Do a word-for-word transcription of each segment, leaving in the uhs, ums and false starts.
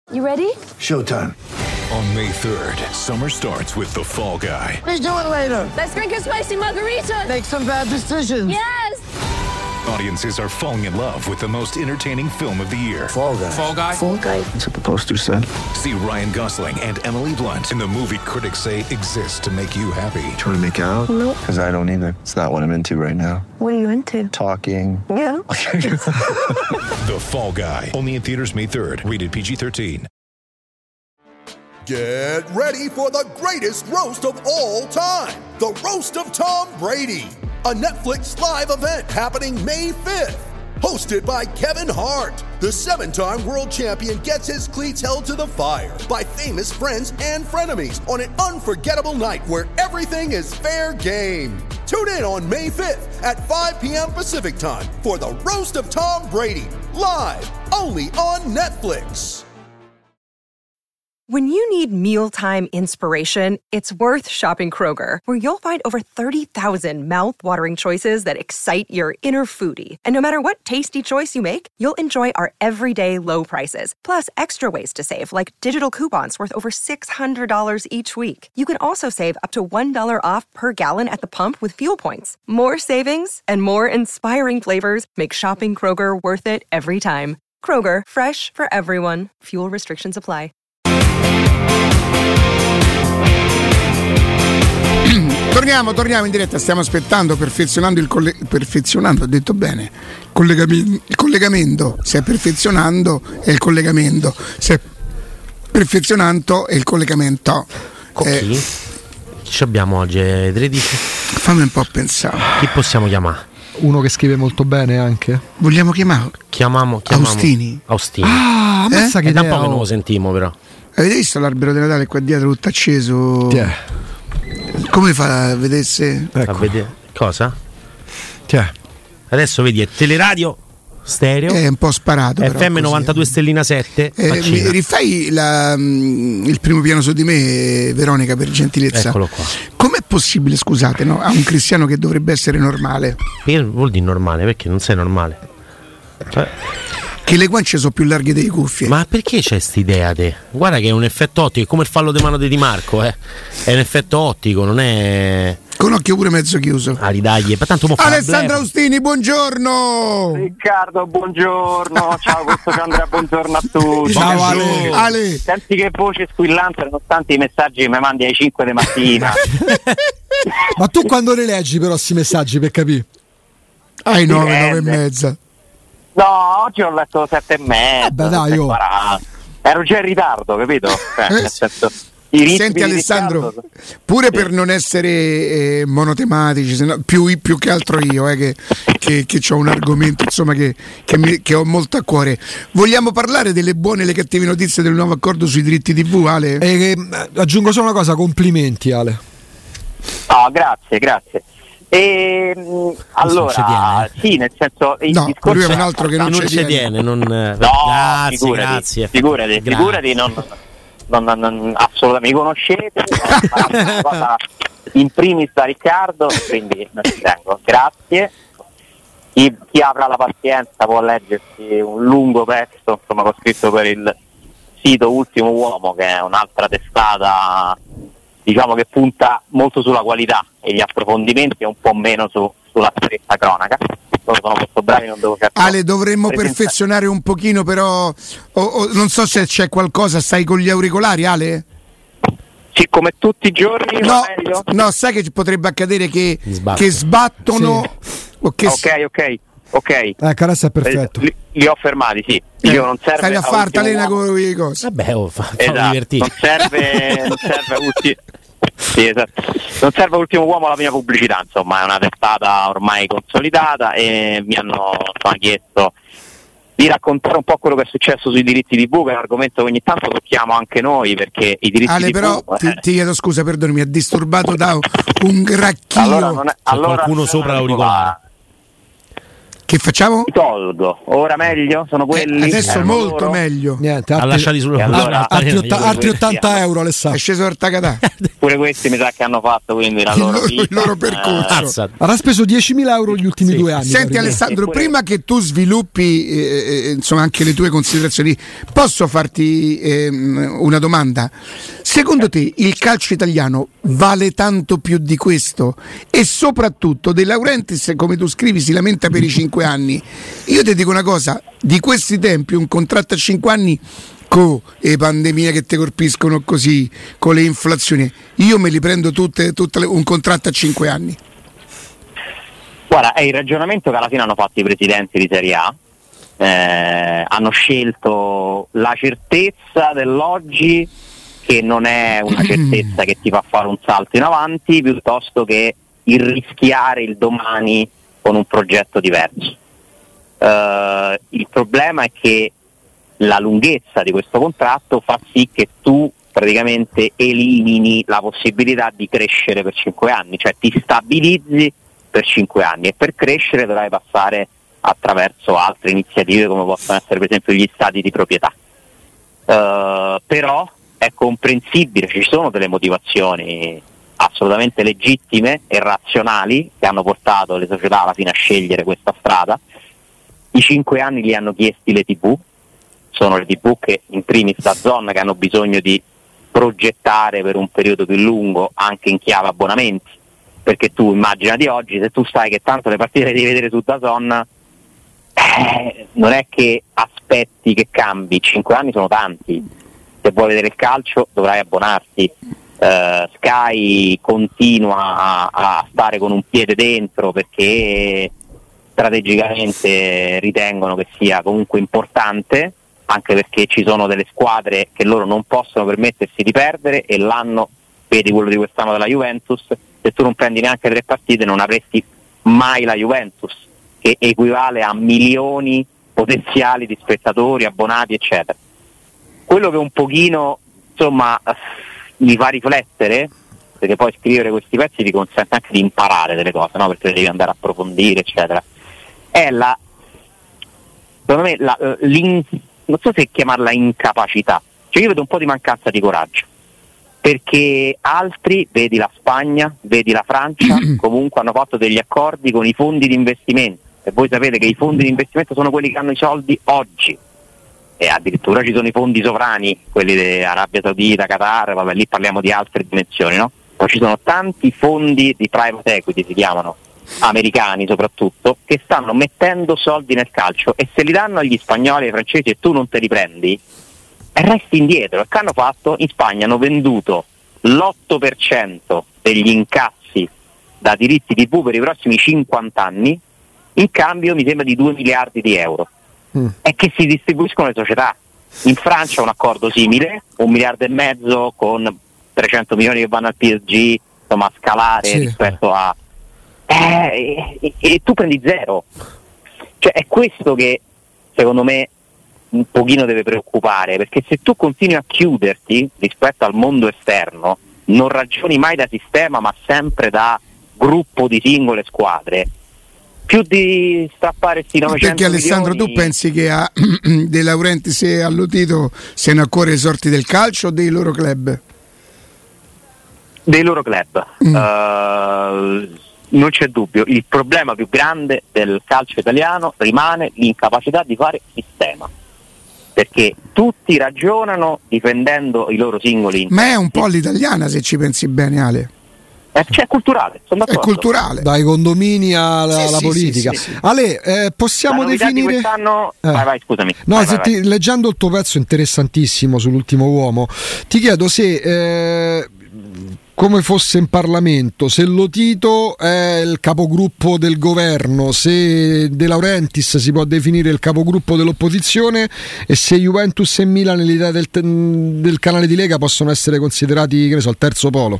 You ready? Showtime. On May third, summer starts with The Fall Guy. Let's do it later. Let's drink a spicy margarita. Make some bad decisions. Yes! Audiences are falling in love with the most entertaining film of the year. Fall Guy. Fall Guy? Fall Guy. That's what the poster said. See Ryan Gosling and Emily Blunt in the movie critics say exists to make you happy. Trying to make it out? Nope. Because I don't either. It's not what I'm into right now. What are you into? Talking. Yeah. The Fall Guy. Only in theaters May third. Rated P G thirteen. Get ready for the greatest roast of all time. The Roast of Tom Brady. A Netflix live event happening May fifth. Hosted by Kevin Hart. The seven-time world champion gets his cleats held to the fire by famous friends and frenemies on an unforgettable night where everything is fair game. Tune in on May fifth at five p.m. Pacific time for the Roast of Tom Brady. Live only on Netflix. When you need mealtime inspiration, it's worth shopping Kroger, where you'll find over thirty thousand mouth-watering choices that excite your inner foodie. And no matter what tasty choice you make, you'll enjoy our everyday low prices, plus extra ways to save, like digital coupons worth over six hundred dollars each week. You can also save up to one dollar off per gallon at the pump with fuel points. More savings and more inspiring flavors make shopping Kroger worth it every time. Kroger, fresh for everyone. Fuel restrictions apply. Torniamo, torniamo in diretta, stiamo aspettando, perfezionando il colle- perfezionando, ho detto bene, collegami- il collegamento, si è perfezionando è il collegamento, si è perfezionando è il collegamento. Con eh, chi? Chi abbiamo oggi? tredici? Fammi un po' pensare. Chi possiamo chiamare? Uno che scrive molto bene anche. Vogliamo chiamare? Chiamiamo, chiamiamo Austini. Austini. Ah, ammazza Eh? che È da idea, un po' che non oh. lo sentimo però. Avete visto l'albero di Natale qua dietro tutto acceso? Tiè. Come fa a vedesse? Ecco. A vedere. Cosa? Tiè. Adesso vedi, è teleradio stereo. È un po' sparato. però, F M così. novantadue stellina sette. Eh, mi faccina. rifai la, mm, il primo piano su di me, Veronica, per gentilezza? Eccolo qua. Com'è possibile, scusate, no, a un cristiano che dovrebbe essere normale, Perché vuol dire normale? Perché non sei normale? Cioè, che le guance sono più larghe delle cuffie? ma perché c'è st'idea te? Guarda che è un effetto ottico, è come il fallo di mano di Di Marco, eh. È un effetto ottico, non è. Con occhio pure mezzo chiuso. Ah, ridaglie, ma tanto mo fa Alessandro blef. Austini, buongiorno. Riccardo, buongiorno. Ciao, questo è Andrea, buongiorno a tutti. Ciao Ale. Buongiorno. Ale. Senti che voce squillante nonostante i messaggi che mi mandi alle cinque di mattina. Ma tu quando le leggi però sti messaggi per capire? Ai nove, Dipende. nove e mezza. No, oggi ho letto sette e mezza. Vabbè, dai, sette e oh. quaranta. Ero già in ritardo, capito? Cioè, nel senso, i ritmi Senti di Alessandro, Riccardo- pure per non essere eh, monotematici, se no- più, più che altro io, eh, che, che, che ho un argomento insomma che, che, mi- che ho molto a cuore. Vogliamo parlare delle buone e le cattive notizie del nuovo accordo sui diritti tivù, Ale? E, eh, aggiungo solo una cosa, complimenti Ale. No, grazie, grazie. E, mh, non ci allora, tiene. sì, nel senso, il No, discorso lui è un è- altro che non non ci ci tiene. tiene, non. No, grazie, figurati, grazie. figurati, Gra- figurati, non, non, non, non- assolutamente mi conoscete, ho fatto una cosa in primis da Riccardo, quindi non ci tengo. Grazie. Chi, chi avrà la pazienza può leggersi un lungo testo, insomma, che ho scritto per il sito Ultimo Uomo, che è un'altra testata, diciamo, che punta molto sulla qualità e gli approfondimenti e un po' meno su, sulla stretta cronaca. Loro sono molto bravi, non devo certo Ale, dovremmo presentare. perfezionare un pochino, però o- o- non so se c'è qualcosa. Stai con gli auricolari, Ale? Sì, come tutti i giorni, No, va meglio? no, sai che potrebbe accadere che, Sbatto. che sbattono o che Ok, ok, ok. Ecco, adesso è perfetto. Li, li ho fermati, sì. eh, Io non serve stai a fare ultimo talena uomo. con le cose. Vabbè, oh, fa, fa Esatto, divertire. non serve, non serve ulti- sì, esatto. Non serve Ultimo Uomo la mia pubblicità, insomma, è una testata ormai consolidata e mi hanno insomma, chiesto di raccontare un po' quello che è successo sui diritti tivù, che è un argomento che ogni tanto tocchiamo anche noi, perché i diritti Ale, tivù però ti, eh, ti chiedo scusa, perdoni, mi ha disturbato da un gracchio. allora non è, allora qualcuno non è sopra un l'auricolare. Che facciamo? Li tolgo. Ora meglio? Sono quelli? Eh, adesso Erano molto loro? meglio. Niente, Ha altri, lasciati sullo allora, altri, otta- altri questi ottanta hanno- euro È Alessandro. sceso il Takatà. Pure questi mi sa che hanno fatto quindi la Il loro, loro, vita. il loro percorso. Mazza. Avrà speso diecimila euro gli ultimi Sì. due anni. Senti per Alessandro, Eppure- prima che tu sviluppi eh, eh, insomma anche le tue considerazioni, posso farti ehm, una domanda? Secondo te il calcio italiano vale tanto più di questo? E soprattutto De Laurentiis, come tu scrivi, si lamenta per i cinque anni. Io ti dico una cosa, di questi tempi un contratto a cinque anni con le pandemie che ti colpiscono così, con le inflazioni, io me li prendo tutte, tutte le, un contratto a cinque anni. Guarda, è il ragionamento che alla fine hanno fatto i presidenti di Serie A. Eh, hanno scelto la certezza dell'oggi, che non è una certezza che ti fa fare un salto in avanti, piuttosto che il rischiare il domani con un progetto diverso. Eh, il problema è che la lunghezza di questo contratto fa sì che tu praticamente elimini la possibilità di crescere per cinque anni, cioè ti stabilizzi per cinque anni, e per crescere dovrai passare attraverso altre iniziative come possono essere per esempio gli stati di proprietà. Uh, però è comprensibile, ci sono delle motivazioni assolutamente legittime e razionali che hanno portato le società alla fine a scegliere questa strada. I cinque anni li hanno chiesti le tivù, sono le tivù che in primis da zona che hanno bisogno di progettare per un periodo più lungo anche in chiave abbonamenti, perché tu immaginati oggi, se tu sai che tanto le partite le devi vedere su DAZN, eh, non è che aspetti che cambi, cinque anni sono tanti, se vuoi vedere il calcio dovrai abbonarti. Uh, Sky continua a, a stare con un piede dentro perché strategicamente ritengono che sia comunque importante, anche perché ci sono delle squadre che loro non possono permettersi di perdere, e l'anno, vedi quello di quest'anno della Juventus, se tu non prendi neanche tre partite non avresti mai la Juventus, che equivale a milioni potenziali di spettatori, abbonati eccetera. Quello che un pochino insomma mi fa riflettere, perché poi scrivere questi pezzi ti consente anche di imparare delle cose, no? Perché devi andare a approfondire eccetera, è la, secondo me la, l'in, non so se chiamarla incapacità, cioè io vedo un po' di mancanza di coraggio, perché altri, vedi la Spagna, vedi la Francia, comunque hanno fatto degli accordi con i fondi di investimento, e voi sapete che i fondi di investimento sono quelli che hanno i soldi oggi, e addirittura ci sono i fondi sovrani, quelli di Arabia Saudita, Qatar, vabbè, lì parliamo di altre dimensioni, no? Poi ci sono tanti fondi di private equity, si chiamano, americani soprattutto, che stanno mettendo soldi nel calcio, e se li danno agli spagnoli e ai francesi e tu non te li prendi, e resti indietro. E che hanno fatto? In Spagna hanno venduto l'otto per cento degli incassi da diritti tivù per i prossimi cinquanta anni, in cambio mi sembra di due miliardi di euro, mm. e che si distribuiscono le società. In Francia un accordo simile, un miliardo e mezzo con trecento milioni che vanno al P S G, insomma a scalare sì. rispetto a eh, e, e tu prendi zero. Cioè è questo che secondo me un pochino deve preoccupare, perché se tu continui a chiuderti rispetto al mondo esterno, non ragioni mai da sistema ma sempre da gruppo di singole squadre, più di strappare sti novecento perché Alessandro milioni... tu pensi che a De Laurentiis e all'Utito siano a cuore i sorti del calcio o dei loro club? Dei loro club. Mm. Uh, non c'è dubbio, il problema più grande del calcio italiano rimane l'incapacità di fare sistema, perché tutti ragionano difendendo i loro singoli interessi. Ma è un po' l'italiana, se ci pensi bene, Ale. Eh, cioè, è culturale, sono d'accordo. È culturale. Dai condomini alla, sì, alla sì, politica. Sì, sì, sì. Ale, eh, possiamo la novità definire. Di quest'anno... Eh. Vai, vai, scusami. No, vai, se vai, ti, vai. leggendo il tuo pezzo interessantissimo sull'ultimo uomo, ti chiedo se. Eh, come fosse in Parlamento, se Lotito è il capogruppo del governo, se De Laurentiis si può definire il capogruppo dell'opposizione, e se Juventus e Milan nell'idea del, del canale di Lega possono essere considerati, che ne so, il terzo polo.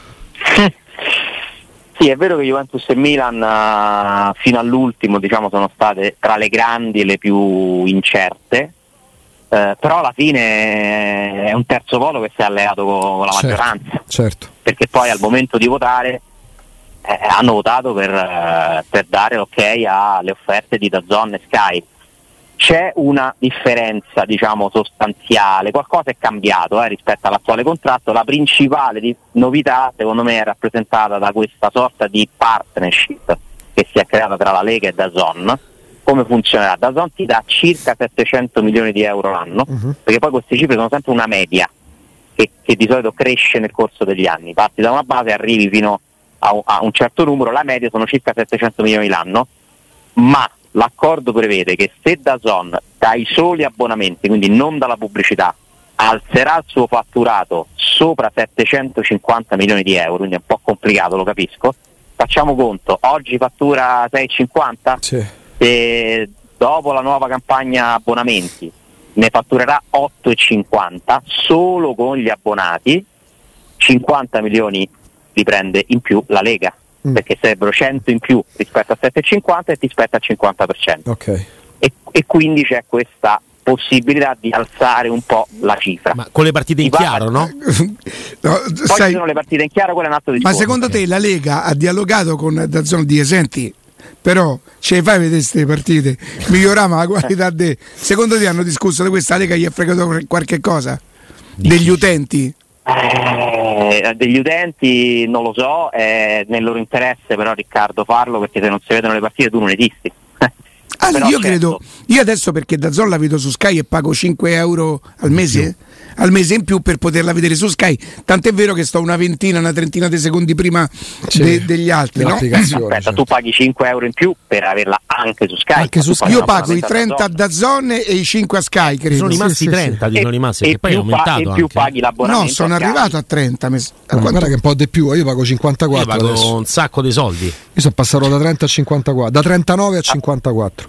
Sì, è vero che Juventus e Milan uh, fino all'ultimo diciamo sono state tra le grandi e le più incerte, uh, però alla fine è un terzo polo che si è alleato con, con la certo, maggioranza, certo. perché poi al momento di votare eh, hanno votato per, eh, per dare l'ok alle offerte di DAZN e Sky. C'è una differenza, diciamo, sostanziale, qualcosa è cambiato eh, rispetto all'attuale contratto. La principale di novità, secondo me, è rappresentata da questa sorta di partnership che si è creata tra la Lega e DAZN. Come funzionerà? DAZN ti dà circa settecento milioni di euro l'anno, uh-huh. perché poi queste cifre sono sempre una media che, che di solito cresce nel corso degli anni. Parti da una base e arrivi fino a, a un certo numero, la media sono circa settecento milioni l'anno, ma l'accordo prevede che se DAZN dai soli abbonamenti, quindi non dalla pubblicità, alzerà il suo fatturato sopra settecentocinquanta milioni di euro, quindi è un po' complicato, lo capisco. Facciamo conto, oggi fattura sei virgola cinquanta? Sì. Se dopo la nuova campagna abbonamenti ne fatturerà otto virgola cinquanta solo con gli abbonati, cinquanta milioni li prende in più la Lega, mm. perché sarebbero cento in più rispetto a sette virgola cinquanta e ti spetta al cinquanta per cento. Okay. E, e quindi c'è questa possibilità di alzare un po' la cifra. Ma con le partite in chiaro, no? no Poi sai, ci sono le partite in chiaro, quello è un altro discorso. ma secondo te la Lega ha dialogato con DAZN di senti, però ce le fai vedere queste partite, miglioriamo la qualità de... Secondo te hanno discusso di questa Lega, gli è fregato qualche cosa? Degli utenti? Eh, degli utenti non lo so, è nel loro interesse però, Riccardo, farlo, perché se non si vedono le partite tu non esisti. Ah, però io certo. credo, io adesso perché DAZN la vedo su Sky e pago cinque euro al mese, al mese in più per poterla vedere su Sky, tant'è vero che sto una ventina, una trentina di secondi prima de, degli altri, no? Aspetta, certo. tu paghi cinque euro in più per averla anche su Sky. Anche su Sky. Io pago i trenta a DAZN DAZN e i cinque a Sky, credo. Sono rimasti sì, trenta, sì, sono rimasti, e, che poi è più aumentato pa- e più anche. paghi l'abbonamento. No, sono arrivato a trenta. Mes- a guarda quanto... che è un po' di più, io pago cinquantaquattro. Io pago adesso. un sacco di soldi. Io sono passato da trenta a cinquantaquattro, da trentanove a cinquantaquattro.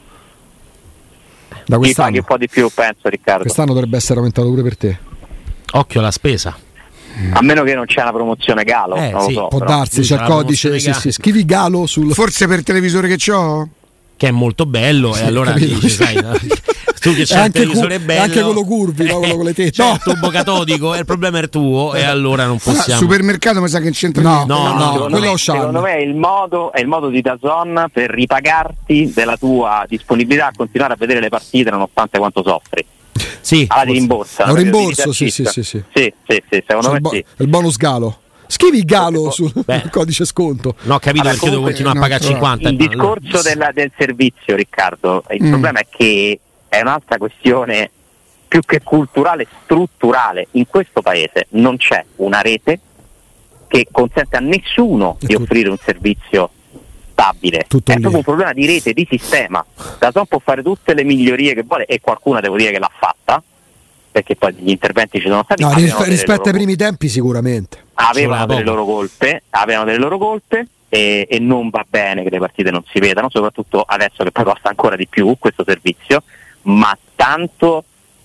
Da quest'anno. Paghi un po' di più, penso, Riccardo. Quest'anno dovrebbe essere aumentato pure per te. Occhio alla spesa. A meno che non c'è una promozione Galo, Eh, non sì, lo so, Può però. darsi, Sì, c'è il la codice, promozione sì, Galo. sì, scrivi Galo sul... Forse per il televisore che c'ho? Che è molto bello, Sì, e allora capito. dici, sai, tu che c'hai anche il televisore cu- bello, anche quello curvi, no? Quello con le tette. c'è il tubo catodico e il problema è tuo, e allora non Ah, possiamo. supermercato mi sa che c'entra No, niente. No, no, secondo, quello me, Shan. secondo me è il modo, è il modo di DAZN per ripagarti della tua disponibilità a continuare a vedere le partite nonostante quanto soffri. Sì, Allora ti rimborsa. È un rimborso, sì, sì, sì, sì. Sì, sì, sì, secondo C'è me il, bo- sì. il bonus Galo. Scrivi Galo sul Beh. codice sconto. no, ho capito, Vabbè, perché devo comunque, continuare a no, pagare però cinquanta. Il ma- discorso della- del servizio, Riccardo, il Mm. problema è che è un'altra questione più che culturale, strutturale. In questo paese non c'è una rete che consente a nessuno di Ecco. offrire un servizio stabile. Tutto È lì. proprio un problema di rete, di sistema. DAZN può fare tutte le migliorie che vuole, e qualcuna devo dire che l'ha fatta, perché poi gli interventi ci sono stati. No, avevano ris- delle rispetto loro ai primi tempi sicuramente. avevano Ci voleva delle poco. loro colpe, avevano delle loro colpe e, e non va bene che le partite non si vedano, soprattutto adesso che poi costa ancora di più questo servizio, ma tanto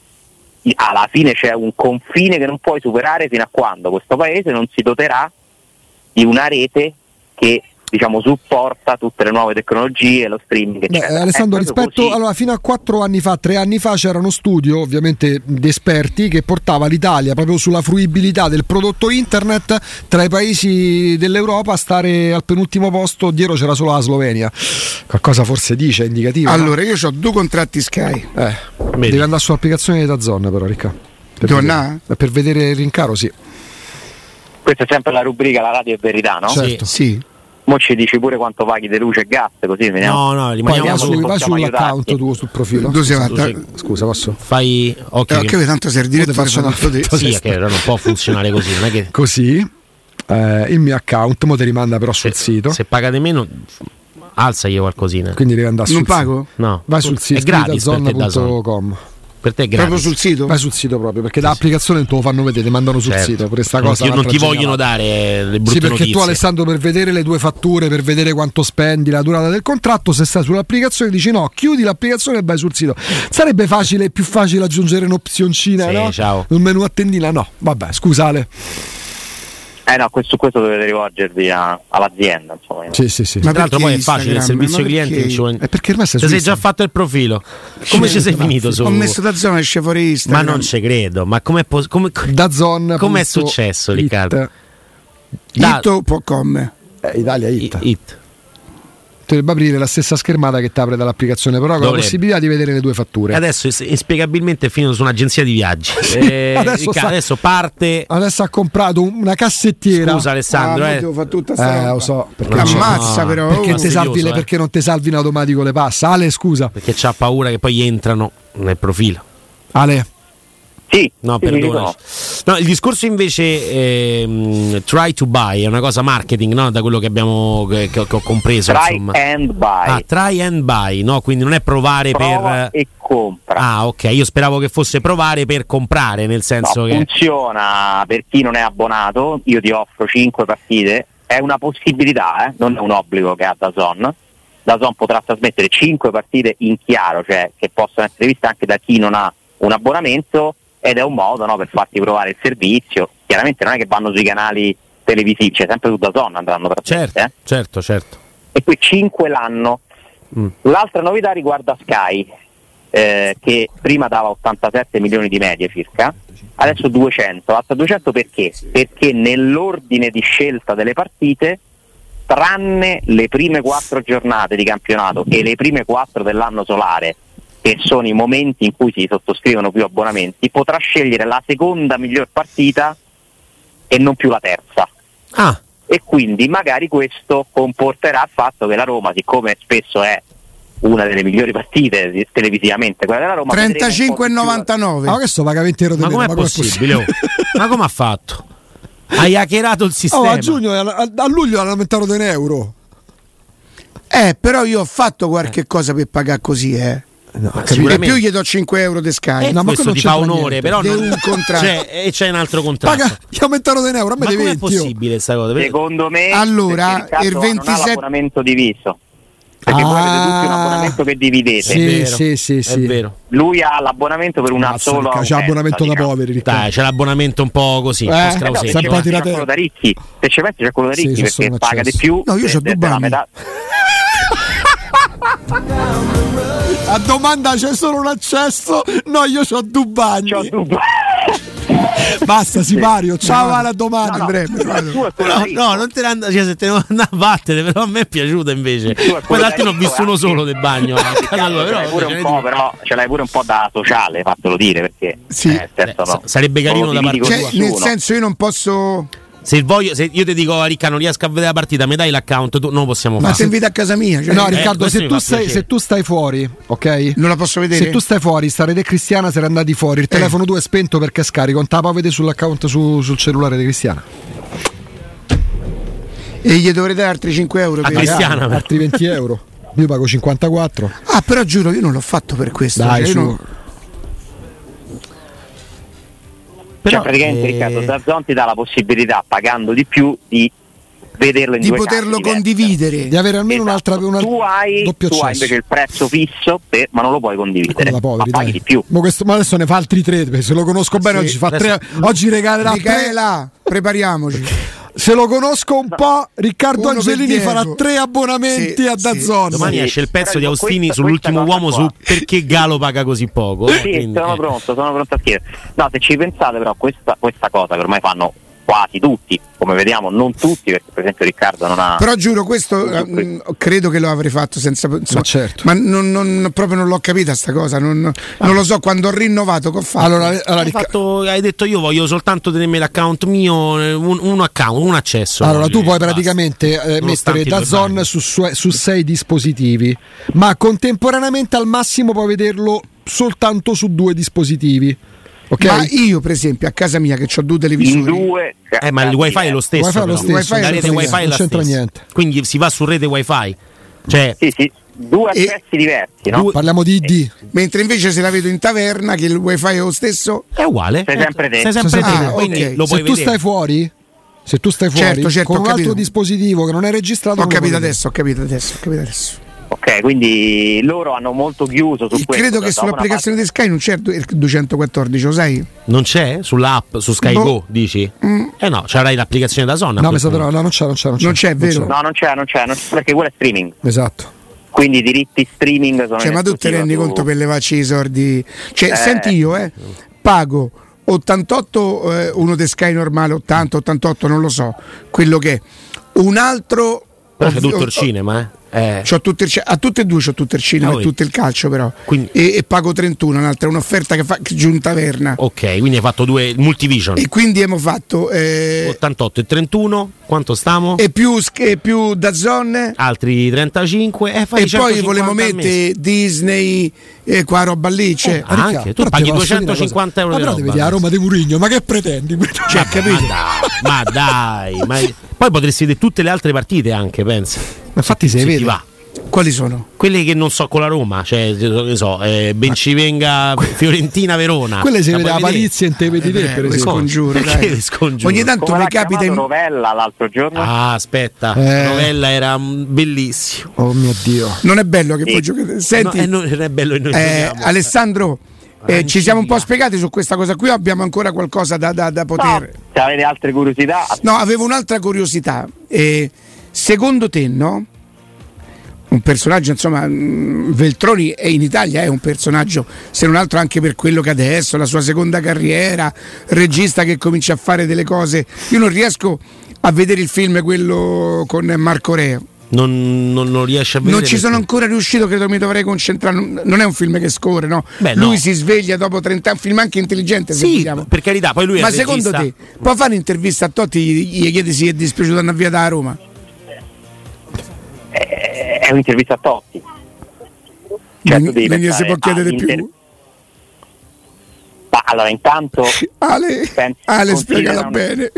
i- alla fine c'è un confine che non puoi superare fino a quando questo paese non si doterà di una rete che, diciamo, supporta tutte le nuove tecnologie, lo streaming, Beh, eccetera. Alessandro, È proprio rispetto così. allora, fino a quattro anni fa, tre anni fa c'era uno studio ovviamente di esperti che portava l'Italia proprio sulla fruibilità del prodotto internet tra i paesi dell'Europa a stare al penultimo posto, dietro c'era solo la Slovenia. Qualcosa forse dice, indicativo. Allora, io ho due contratti Sky. no? eh, devi andare sull'applicazione di DAZN però, Ricca. Per Devo vedere, andare? per vedere il rincaro, sì. Questa è sempre la rubrica La radio è verità, no? Certo. Sì. Mo ci dici pure quanto paghi di luce e gas, così vediamo. No, no, Poi rimaniamo vai, su- su, vai possiamo sull'account aiutarti. tuo sul profilo. Tu sei Scusa, fatta- sei- Scusa, posso? Fai occhio Eh, che... che tanto sei il direttore, Io ti faccio fa tutto te. Sì, è che non può funzionare così, non è che Così eh, il mio account mo te rimanda però sul se, sito. se pagate meno alzagli qualcosina. Quindi devi andare Non sul pago? No, Vai sul sito è gratis per te DAZN. punto com. Per te è gratis. Proprio sul sito? Vai sul sito proprio perché l'applicazione te lo fanno vedere, ti mandano sul Certo. sito per sta non cosa. ti, non un'altra ti vogliono genialata. dare le brutte Sì, perché notizie. tu, Alessandro, per vedere le tue fatture, per vedere quanto spendi, la durata del contratto, se stai sull'applicazione dici no, chiudi l'applicazione e vai sul sito. Sarebbe facile, più facile aggiungere un'opzioncina, Sì, no? ciao. Un menu a tendina, no. Vabbè, scusa Ale. Eh no, questo, su questo dovete rivolgervi a- all'azienda, insomma. Sì, sì, sì. Ma Tra l'altro perché poi è facile, il Instagram? servizio Ma clienti perché? non ci vuole- È perché ormai sei Ti su sei già Instagram. fatto il profilo? Come ci sei finito su? Ho messo da zona, esce fuori Ma Instagram. non ci credo, ma com'è pos- come DAZN com'è punto successo, it. Riccardo? Da- Ito punto com. Eh, Italia Hit. Hit. Dovrebbe aprire la stessa schermata che ti apre dall'applicazione, però con Dovrebbe. la possibilità di vedere le due fatture. E adesso is- inspiegabilmente è finito su un'agenzia di viaggi. Eh, Adesso Riccardo, sta- adesso parte. Adesso ha comprato una cassettiera. Scusa Alessandro, Ah, eh. devo fare tutta sta Eh, roba. lo so. Perché, No, Ammazza però. perché, oh. te fastidioso, salvi le- eh. perché non ti salvi in automatico le passa. Ale, scusa. Perché c'ha paura che poi entrano nel profilo. Ale. Sì, No, sì, mi perdona. No, il discorso invece ehm, try to buy è una cosa marketing, no? Da quello che abbiamo che, che ho compreso. Try insomma. and buy. Ah, try and buy, no? Quindi non è provare Prova per. e compra. Ah, ok. Io speravo che fosse provare per comprare, nel senso No, che. funziona per chi non è abbonato. Io ti offro cinque partite, è una possibilità, eh? Non è un obbligo che ha DAZN. DAZN potrà trasmettere cinque partite in chiaro, cioè che possono essere viste anche da chi non ha un abbonamento, ed è un modo, no, per farti provare il servizio. Chiaramente non è che vanno sui canali televisivi, cioè sempre su DAZN andranno trasmesse, Certo, eh? certo, certo. E qui cinque l'anno. Mm. L'altra novità riguarda Sky, eh, che prima dava ottantasette milioni di media circa, adesso duecento. Alza duecento perché? Perché nell'ordine di scelta delle partite, tranne le prime quattro giornate di campionato e le prime quattro dell'anno solare, che sono i momenti in cui si sottoscrivono più abbonamenti, potrà scegliere la seconda miglior partita e non più la terza. Ah, E quindi magari questo comporterà il fatto che la Roma, siccome spesso è una delle migliori partite di- televisivamente, quella della Roma, trentacinque e novantanove. Ma questo paga venti euro di ma meno, com'è com'è possibile? oh? Ma come ha fatto? Hai hackerato il Oh, sistema. a giugno, a, a luglio hanno aumentato di un euro. Eh, però io ho fatto qualche cosa per pagare così, eh. No, E sicuramente. più gli do cinque euro di Sky. Eh, No, ma questo quello ti non fa c'entra onore, niente. però Devo non... un contratto. Cioè, e c'è un altro contratto. Paga, gli aumentarono di un euro, a me Ma dei com'è venti. io. possibile questa cosa? Secondo me Allora, perché Riccardo il non ventisette ha l'abbonamento diviso, perché voi avete tutti un abbonamento che dividete. Sì, È vero, sì, sì, è sì. vero. Lui ha l'abbonamento per una Mazza, sola Ricca, c'è utenza, abbonamento da diciamo. poveri, Riccardo. Dai, c'è l'abbonamento un po' così, un Eh, po' eh, No, strausetto. se Sta ci un po' pensi c'è tirate- quello da ricchi, se ci pensi c'è quello da Sì, ricchi c'è solo perché un paga di accesso. più. No, io de- c'ho de- due della bagni. metà. A domanda c'è solo un accesso? No, io c'ho due bagni. C'ho due- Basta, Sipario. Ciao, alla domanda. No, no, Andrea, il tuo è quello da No, ricco. no, non te ne and- cioè, se te ne vuoi andare a battere, però a me è piaciuta invece. Tu è Poi quello l'altro ne ho da visto ricco, uno eh. solo del bagno. a casa tua, ce però, l'hai pure ce un ne po', dico. però ce l'hai pure un po' da sociale, fatelo dire, perché Sì. eh, certo, Eh, no. sarebbe carino Non da lo dividi parte con Cioè, nel nessuno. senso, io non posso. Se, voglio, se io ti dico, Ricca, non riesco a vedere la partita, mi dai l'account, tu non lo possiamo Ma fare. ti invito a casa mia. Cioè, No, Eh, Riccardo, questo se mi tu, fa stai, piacere. se tu stai fuori, ok? non la posso vedere. Se tu stai fuori, sta rete cristiana sarà andati fuori. Il telefono tuo è spento perché è scarico. Non te la puoi vedere sull'account su- sul cellulare di Cristiana. E gli dovrei dare altri cinque euro. A Per... Cristiana, Magari, però. altri venti euro. Io pago cinquantaquattro. Ah, però giuro, io non l'ho fatto per questo. Dai, cioè, io su. non- Cioè, Però, praticamente eh, Riccardo DAZN ti dà la possibilità, pagando di più, di vederlo in di due poterlo casi diversi. condividere. Di avere almeno Esatto. un'altra una tu hai, doppio tu hai accesso. invece il prezzo fisso, per- ma non lo puoi condividere, Quello da poveri, ma paghi dai. di più. Ma, questo, ma adesso ne fa altri tre, perché se lo conosco bene Sì, oggi fa adesso- tre. Oggi regalerà tre. Michaela, prepariamoci. Se lo conosco un po', Riccardo Uno per Angelini Diego. farà tre abbonamenti Sì, a sì. DAZN. Domani Sì. esce il pezzo Però di ecco, Austini questa- sull'ultimo questa uomo cosa su qua. perché Galo paga così poco. eh, Sì, quindi, sono eh. pronto, sono pronto a scrivere. No, se ci pensate però questa, questa cosa che ormai fanno quasi tutti, come vediamo non tutti, perché per esempio Riccardo non ha... Però giuro, questo eh, mh, credo che lo avrei fatto senza. Insomma, Ma certo. Ma non, non- proprio non l'ho capita sta cosa. Non, non lo so, quando ho rinnovato, che ho fatto. Allora, allora, Hai, Ricca- fatto- hai detto io voglio soltanto tenermi l'account mio, eh, un, un account, un accesso. allora tu Eh, puoi basta. praticamente eh, mettere Nonostante i due DAZN bagni. su, su, su sei dispositivi, ma contemporaneamente al massimo puoi vederlo soltanto su due dispositivi. Ok? Ma io, per esempio, a casa mia che ho due in televisori. due... Eh, ma il wifi è lo stesso. Wifi è lo però. stesso, Wifi è la lo rete stesso, wifi è non la c'entra stessa. niente. Quindi si va su rete wifi. Cioè, Sì, sì, due E- accessi diversi, no? due- Parliamo di I D. Mentre invece se la vedo in taverna, che il wifi è lo stesso. è uguale. Sei sempre te. Sei sempre Ah, te. Quindi ok. lo Se puoi tu vedere. stai fuori, se tu stai fuori Certo, certo, con ho un altro capito. dispositivo che non è registrato, Ho non lo capito puoi adesso, ho capito adesso, ho capito adesso. Ok, quindi loro hanno molto chiuso su E questo. credo che da una sull'applicazione di Sky non c'è il duecentoquattordici, lo sai? Non c'è sull'app su Sky Boh. Go, dici? Eh no, c'avrai l'applicazione da Zona. vedere. No, mi sa però, no, non c'è, non c'è, non c'è. Non c'è, vero? parte- No, non c'è, non c'è, non c'è, perché quello è streaming. Esatto. Quindi i diritti streaming sono Cioè, in ma tu ti esclusiva rendi su- conto per levarci i soldi? Cioè, Eh. senti io, eh, pago ottantotto, eh, uno di Sky normale, ottanta ottantotto, non lo so, quello che è. Un altro... Però c'è tutto il cinema, eh? Eh. C'ho tutto il, a tutte e due c'ho tutto il cinema Ah, e tutto il calcio però. Quindi... E, e pago trentuno, un'altra, è un'offerta che fa Giunta Verna. Ok, quindi hai fatto due Multivision. E quindi abbiamo fatto eh, ottantotto e trentuno, quanto stiamo? E più, e più DAZN. Altri trentacinque eh, fai e poi volevo mettere Disney e qua roba lì c'è. Ah, anche tu paghi duecentocinquanta euro ma di però roba. devi dire a Roma di Mourinho, ma che pretendi? Cioè, capito? Ma dai, ma dai, ma... poi potresti vedere tutte le altre partite anche, pensa. Ma infatti se, se vede. Va. Quali sono? Quelle che non so con la Roma, cioè ne so, eh, Bencivenga, Fiorentina, Verona. Quelle si vede la Palizia in te vedi te, eh, per esempio. Scongiuro, dai. Scongiuro. Ogni tanto mi capita in Novella l'altro giorno. Ah, aspetta, eh. Novella era bellissimo. Oh mio Dio. Non è bello che sì. voi giocate. Senti, no, eh, non è bello che noi eh, Alessandro, eh, ci siamo un po' spiegati su questa cosa qui, o abbiamo ancora qualcosa da, da, da poter. No, se avete altre curiosità. No, avevo un'altra curiosità. Eh, secondo te, no? Un personaggio, insomma, Veltroni è in Italia è un personaggio, se non altro anche per quello che adesso, la sua seconda carriera, regista che comincia a fare delle cose. Io non riesco a vedere il film quello con Marco Re. Non, non, non riesce a vedere. Non ci sono ancora riuscito, credo mi dovrei concentrare. Non è un film che scorre, no? Beh, lui no. si sveglia dopo trenta anni, un film anche intelligente. Se sì, vogliamo. per carità, poi lui è Ma il secondo regista. te può fare un'intervista a Totti, gli, gli chiede se è dispiaciuto andare via da Roma? È un'intervista a Totti. Certo, quindi quindi si può chiedere inter... più. Ma allora intanto Ale, penso, Ale spiegala una... bene.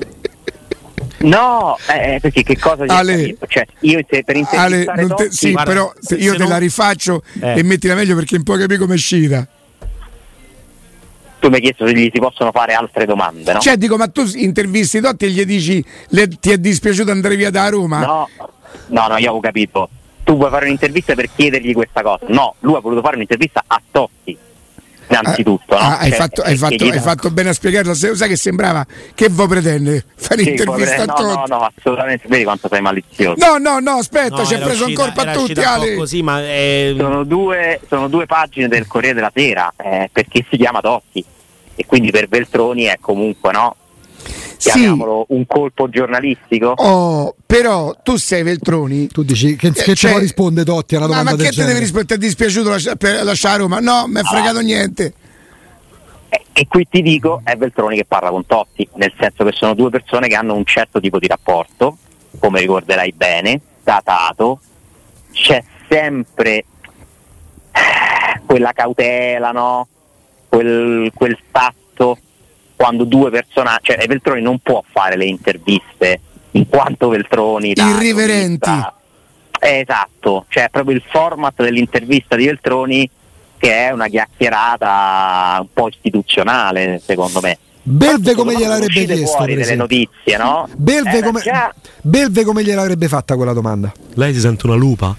No, eh, perché che cosa Ale, cioè, io se per Ale, intervistare non te, Totti, sì, guarda, però se, io se te non... la rifaccio eh. e mettila meglio perché un po' capi come è uscita. Tu mi hai chiesto se gli si possono fare altre domande, no? Cioè dico, ma tu intervisti Totti e gli dici le, ti è dispiaciuto andare via da Roma? No, no, no, io avevo capito. Tu vuoi fare un'intervista per chiedergli questa cosa? No, lui ha voluto fare un'intervista a Totti. Innanzitutto, ah, no? hai, cioè, fatto, hai, fatto, hai fatto bene a spiegarlo. Se, sai che sembrava che vuoi pretendere fare sì, intervista no, a Totti? No, no, assolutamente. Vedi quanto sei malizioso. No, no, no, aspetta, no, ci hai preso uscita, un colpo a tutti, Ale. Così, ma è... sono, due, sono due pagine del Corriere della Sera, eh, perché si chiama Totti. E quindi per Veltroni è comunque, no? Chiamiamolo sì. Un colpo giornalistico. Oh, però tu sei Veltroni. Tu dici che, che cioè, ci può risponde Totti alla domanda ma, ma del che te devi rispondere? Ti è dispiaciuto lascia, per lasciare Roma? No, mi è fregato ah. niente. E, e qui ti dico, è Veltroni che parla con Totti, nel senso che sono due persone che hanno un certo tipo di rapporto, come ricorderai bene, datato, c'è sempre quella cautela, no? Quel, quel tatto quando due personaggi, cioè Veltroni non può fare le interviste in quanto Veltroni irriverenti. Eh, esatto, cioè proprio il format dell'intervista di Veltroni che è una chiacchierata un po' istituzionale, secondo me. Belve come gliel'avrebbe chiesto fuori delle notizie, no? Belve come, già... Belve come gliel'avrebbe fatta quella domanda? Lei si sente una lupa?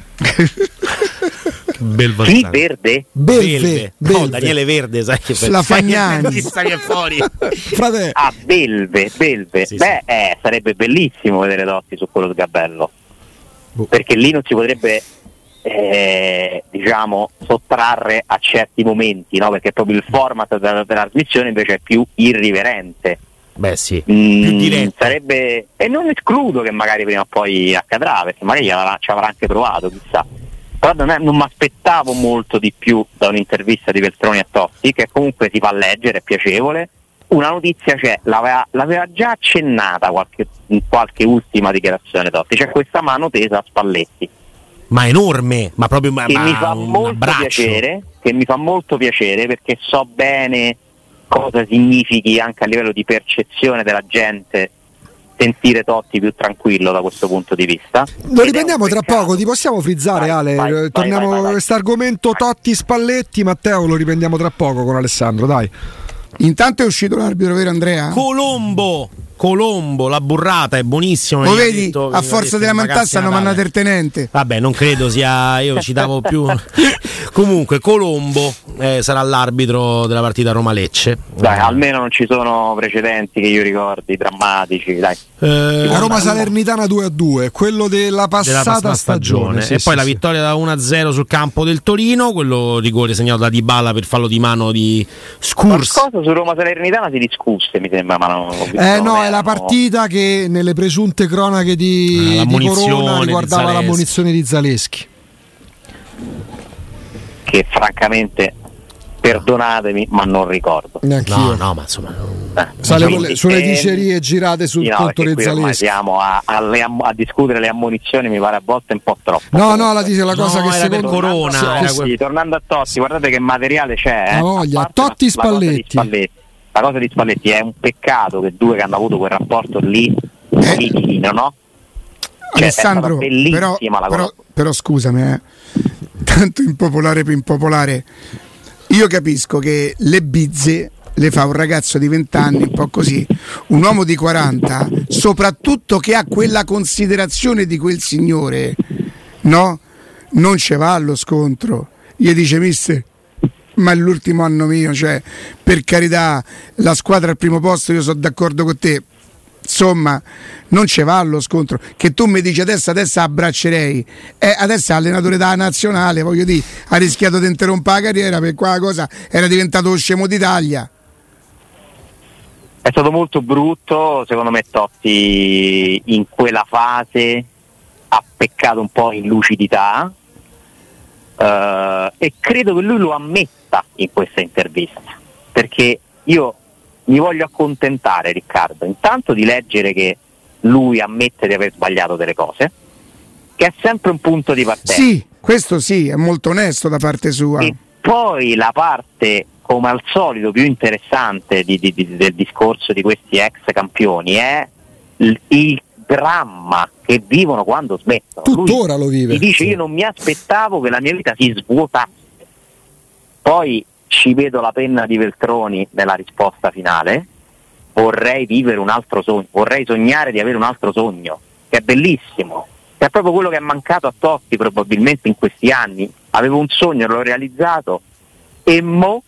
Bel Chi Verde? Belve, Belve. Belve. No, Daniele Verde, sai che la Fagnani che è fuori. Frate. Ah, Belve, Belve. Sì, Beh, sì. Eh, sarebbe bellissimo vedere Totti su quello sgabello. Boh. Perché lì non si potrebbe eh, diciamo sottrarre a certi momenti, no? Perché proprio il format della trasmissione invece è più irriverente. Beh sì, mm, più diretto. Sarebbe, e non escludo che magari prima o poi accadrà, perché magari ci avrà anche provato, chissà. Però non, non mi aspettavo molto di più da un'intervista di Veltroni a Totti, che comunque si fa leggere, è piacevole. Una notizia c'è, l'aveva, l'aveva già accennata qualche, in qualche ultima dichiarazione Totti, c'è questa mano tesa a Spalletti. Ma enorme, ma proprio ma, che ma mi fa un molto abbraccio. piacere, che mi fa molto piacere perché so bene cosa significhi anche a livello di percezione della gente sentire Totti più tranquillo da questo punto di vista. Lo riprendiamo tra poco, ti possiamo frizzare, vai, Ale? Vai, torniamo a questo argomento Totti Spalletti, Matteo, lo riprendiamo tra poco con Alessandro, dai. Intanto è uscito l'arbitro, vero Andrea? Colombo, Colombo, la burrata è buonissima. Lo vedi? Detto, a forza della mantassa hanno mandato il tenente. Vabbè, non credo sia, io ci davo più. Comunque Colombo, eh, sarà l'arbitro della partita Roma-Lecce. Dai, almeno non ci sono precedenti che io ricordi drammatici, dai. Eh, la Roma Salernitana due a due, quello della passata, della passata stagione, stagione. Sì, e sì, poi la sì. vittoria da uno a zero sul campo del Torino, quello rigore segnato da Dybala per fallo di mano di Scurs. Qualcosa su Roma Salernitana si discusse, mi sembra, ma non ho visto, Eh no, non è la erano- partita che nelle presunte cronache di, Ah, di l'ammonizione Corona di riguardava Zaleschi. l'ammonizione di Zaleschi. che francamente, perdonatemi, ma non ricordo. Neanch'io. No, no, ma insomma, Eh, Sale quindi, con- sulle ehm, dicerie girate sul sì, no, conto perché di qui ormai Zaleschi. siamo a, alle am- a discutere le ammonizioni, mi pare a volte un po' troppo. No, no, la dice la cosa No, che era per secondo Corona, Sì, era sì, quel- Sì, tornando a Totti, guardate che materiale c'è. Eh. La voglia, A parte Totti, la, la cosa di Spalletti. Spalletti. La cosa di Spalletti è un peccato che due che hanno avuto quel rapporto lì Eh. litigino, no? Cioè, Alessandro, è stata bellissima però, la però, cosa. però scusami, eh. Tanto impopolare per impopolare. Io capisco che le bizze le fa un ragazzo di venti anni, un po' così, un uomo di quaranta, soprattutto che ha quella considerazione di quel signore, no? Non ce va allo scontro. Gli dice: mister, ma è l'ultimo anno mio, cioè, per carità, la squadra al primo posto, io sono d'accordo con te. Insomma, non ce va allo scontro. Che tu mi dici adesso, adesso abbraccerei, eh, adesso è allenatore della nazionale, voglio dire, ha rischiato di interrompere la carriera per quella cosa, era diventato lo scemo d'Italia. È stato molto brutto, secondo me Totti in quella fase ha peccato un po' in lucidità, eh, e credo che lui lo ammetta in questa intervista, perché io mi voglio accontentare, Riccardo, intanto di leggere che lui ammette di aver sbagliato delle cose, che è sempre un punto di partenza. Sì, questo sì, è molto onesto da parte sua. E poi la parte, come al solito, più interessante di, di, di, del discorso di questi ex campioni è il, il dramma che vivono quando smettono. Tuttora Lui lo vive. ti dice: Sì. io non mi aspettavo che la mia vita si svuotasse. Poi ci vedo la penna di Veltroni nella risposta finale: vorrei vivere un altro sogno, vorrei sognare di avere un altro sogno, che è bellissimo, che è proprio quello che è mancato a Totti probabilmente in questi anni. Avevo un sogno, l'ho realizzato, e mo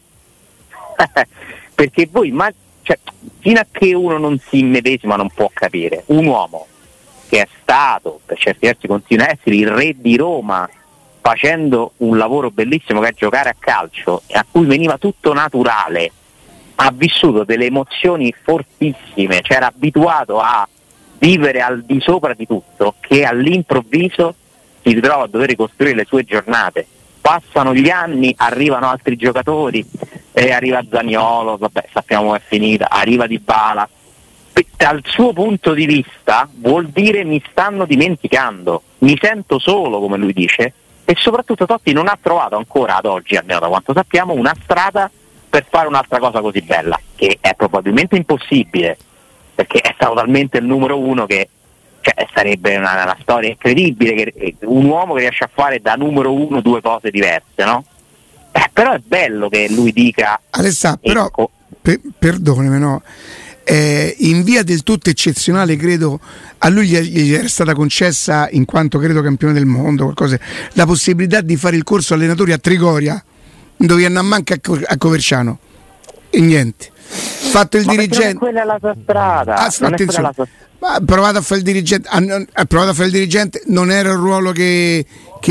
perché voi, ma, cioè, fino a che uno non si immedesima non può capire un uomo che è stato, per certi versi continua a essere il re di Roma, facendo un lavoro bellissimo che è giocare a calcio, e a cui veniva tutto naturale, ha vissuto delle emozioni fortissime, cioè era abituato a vivere al di sopra di tutto, che all'improvviso si ritrova a dover ricostruire le sue giornate. Passano gli anni, arrivano altri giocatori, e arriva Zaniolo, vabbè, sappiamo come è finita, arriva Dybala. E dal suo punto di vista vuol dire: mi stanno dimenticando, mi sento solo, come lui dice, e soprattutto Totti non ha trovato ancora ad oggi, almeno da quanto sappiamo, una strada per fare un'altra cosa così bella, che è probabilmente impossibile, perché è stato talmente il numero uno che, cioè, sarebbe una, una storia incredibile, che un uomo che riesce a fare da numero uno due cose diverse, no? Eh, però è bello che lui dica: Alessà, però, ecco, per, perdonami, no? Eh, in via del tutto eccezionale, credo a lui gli, gli era stata concessa, in quanto credo campione del mondo, qualcosa, la possibilità di fare il corso allenatori a Trigoria, dove andare manca a, Co- a Coverciano, e niente. Fatto il ma perché dirigente. non è quella è la sua strada, Ah, non è quella attenzione. la sua Ma ha provato a fare il dirigente, ha, ha provato a fare il dirigente, non era il ruolo che,